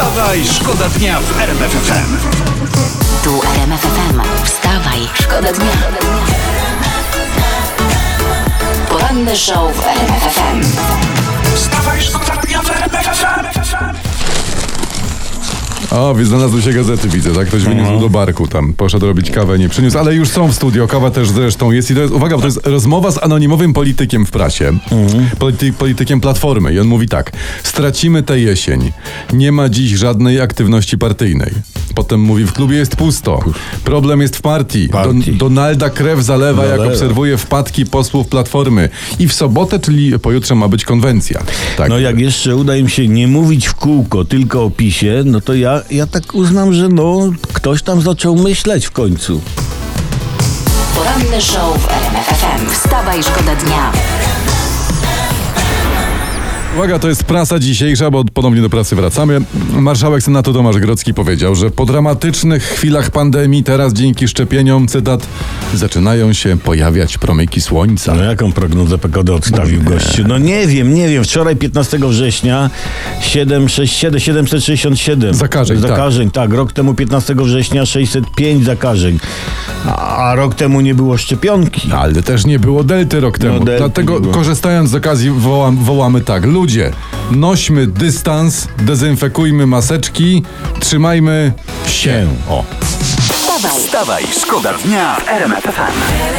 Wstawaj, szkoda dnia w RMF FM. Tu RMF FM. Wstawaj, szkoda dnia. Poranny show w RMF FM. Wstawaj, szkoda dnia w RMF FM. O, znalazły się gazety, widzę, tak? Ktoś wyniósł do barku tam, poszedł robić kawę, nie przyniósł, ale już są w studio, kawa też zresztą jest i to jest, uwaga, bo to jest rozmowa z anonimowym politykiem w prasie, politykiem Platformy i on mówi tak: stracimy tę jesień, nie ma dziś żadnej aktywności partyjnej. Potem mówi, w klubie jest pusto, problem jest w partii. Donalda krew zalewa, jak obserwuje wpadki posłów Platformy. I w sobotę, czyli pojutrze, ma być konwencja. Tak. No jak jeszcze uda im się nie mówić w kółko, tylko o PiS-ie, no to ja tak uznam, że ktoś tam zaczął myśleć w końcu. Poranny show w RMF FM. Wstawaj, szkoda dnia. Uwaga, to jest prasa dzisiejsza, bo ponownie do pracy wracamy. Marszałek Senatu Tomasz Grodzki powiedział, że po dramatycznych chwilach pandemii teraz dzięki szczepieniom, cytat, zaczynają się pojawiać promyki słońca. No jaką prognozę PKD odstawił gościu? No nie wiem. Wczoraj 15 września 767 zakażeń, tak. Rok temu 15 września 605 zakażeń. A rok temu nie było szczepionki. Ale też nie było delty rok temu. Dlatego korzystając z okazji wołamy tak: ludzie, nośmy dystans, dezynfekujmy maseczki, trzymajmy się. O. Wstawaj, szkoda dnia w RMF FM.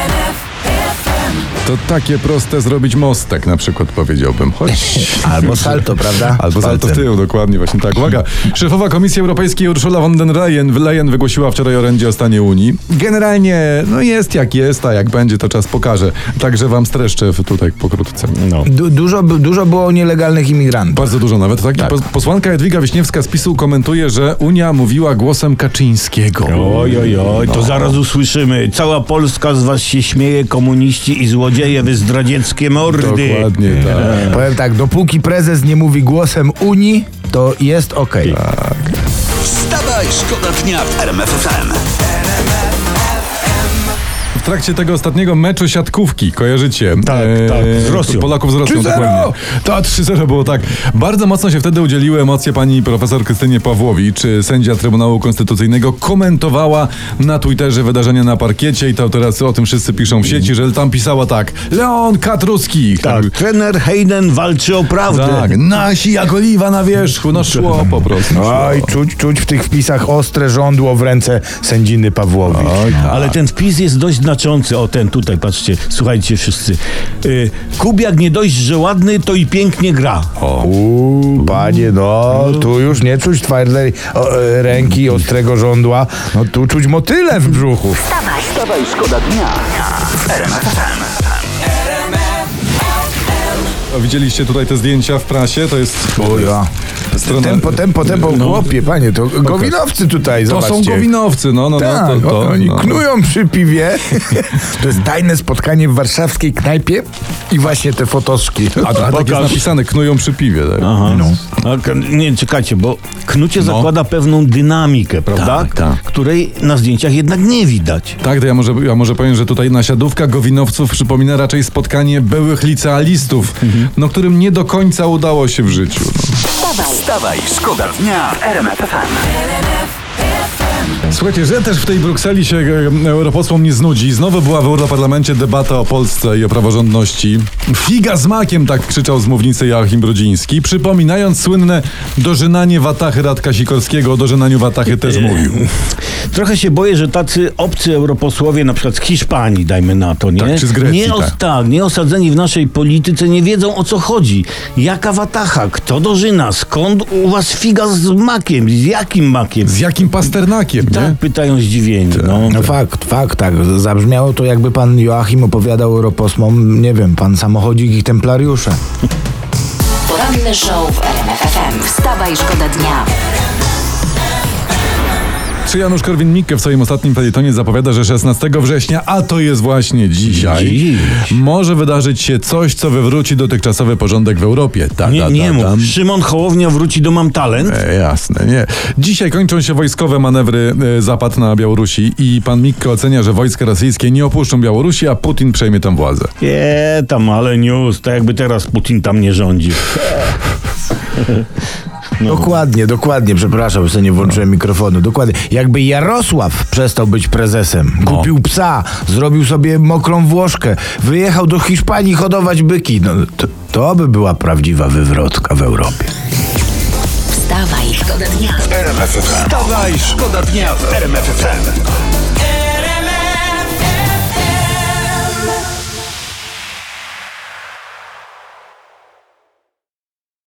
To takie proste zrobić mostek, na przykład, powiedziałbym. Albo salto, prawda? Albo salto w tył, dokładnie, właśnie tak. Uwaga, szefowa Komisji Europejskiej Ursula von der Leyen wygłosiła wczoraj orędzie o stanie Unii. Generalnie, jest jak jest, a jak będzie, to czas pokaże. Także wam streszczę tutaj pokrótce. No. Dużo było nielegalnych imigrantów. Bardzo dużo nawet, tak? I posłanka Jadwiga Wiśniewska z PiS-u komentuje, że Unia mówiła głosem Kaczyńskiego. Oj, to zaraz usłyszymy. Cała Polska z was się śmieje, komuniści i złodzieje, wy zdradzieckie mordy. Dokładnie, tak. Powiem tak, dopóki prezes nie mówi głosem Unii, to jest okej. Tak. Wstawaj, szkoda dnia w RMF FM. W trakcie tego ostatniego meczu siatkówki, kojarzycie? Tak, z Rosją. Polaków z Rosją, 3-0! dokładnie. To 3-0 było, tak. Bardzo mocno się wtedy udzieliły emocje pani profesor Krystynie Pawłowicz, sędzia Trybunału Konstytucyjnego, komentowała na Twitterze wydarzenia na parkiecie i to teraz o tym wszyscy piszą w sieci, że tam pisała tak: Leon Katruski. Tak, trener Hayden walczy o prawdę. Tak, nasi jak oliwa na wierzchu, szło po prostu. Oj, czuć w tych wpisach ostre żądło w ręce sędziny Pawłowicz. Oj, tak. Ale ten wpis jest dość znaczący. O, ten tutaj, patrzcie, słuchajcie wszyscy. Kubiak nie dość, że ładny, to i pięknie gra. Panie, tu już nie czuć twardej ręki, ostrego żądła. Tu czuć motyle w brzuchu. Wstawaj, szkoda dnia w RMF FM. Widzieliście tutaj te zdjęcia w prasie? To jest strona... Tempo, chłopie, panie, to gowinowcy tutaj, To zobaczcie. są gowinowcy, Tak, oni knują przy piwie. To jest tajne spotkanie w warszawskiej knajpie i właśnie te fotoszki. A tak jest napisane, knują przy piwie. Tak? Aha. Nie, czekajcie, bo knucie zakłada pewną dynamikę, prawda? Tak. Której na zdjęciach jednak nie widać. Tak, to ja może powiem, że tutaj nasiadówka gowinowców przypomina raczej spotkanie byłych licealistów, którym nie do końca udało się w życiu. Wstawaj, szkoda dnia w RMF FM. Słuchajcie, że też w tej Brukseli się europosłom nie znudzi. Znowu była w Europarlamencie debata o Polsce i o praworządności. Figa z makiem, tak krzyczał z mównicy Joachim Brudziński, przypominając słynne dożynanie Watachy Radka Sikorskiego. O dożynaniu Watachy też mówił. Trochę się boję, że tacy obcy europosłowie, na przykład z Hiszpanii, dajmy na to, nie? Tak, czy z Grecji, nie osadzeni w naszej polityce, nie wiedzą, o co chodzi. Jaka Watacha? Kto dożyna? Skąd u was figa z makiem? Z jakim makiem? Z jakim Pasternakiem, nie? Tak, pytają zdziwieni. Fakt, tak. Zabrzmiało to, jakby pan Joachim opowiadał europosłom, nie wiem, pan samochodzik i templariusze. Poranny show w RMF FM. Wstawaj, szkoda dnia. Czy Janusz Korwin-Mikke w swoim ostatnim felietonie zapowiada, że 16 września, a to jest właśnie dzisiaj, może wydarzyć się coś, co wywróci dotychczasowy porządek w Europie. Nie mów. Szymon Hołownia wróci do Mam Talent? Jasne, nie. Dzisiaj kończą się wojskowe manewry Zapad na Białorusi i pan Mikke ocenia, że wojska rosyjskie nie opuszczą Białorusi, a Putin przejmie tam władzę. Tam ale news, tak jakby teraz Putin tam nie rządził. Dokładnie, przepraszam, że nie włączyłem mikrofonu. Dokładnie. Jakby Jarosław przestał być prezesem, kupił psa, zrobił sobie mokrą Włoszkę, wyjechał do Hiszpanii hodować byki, no to by była prawdziwa wywrotka w Europie. Wstawaj, szkoda dnia. Wstawaj, szkoda dnia w RMF FM.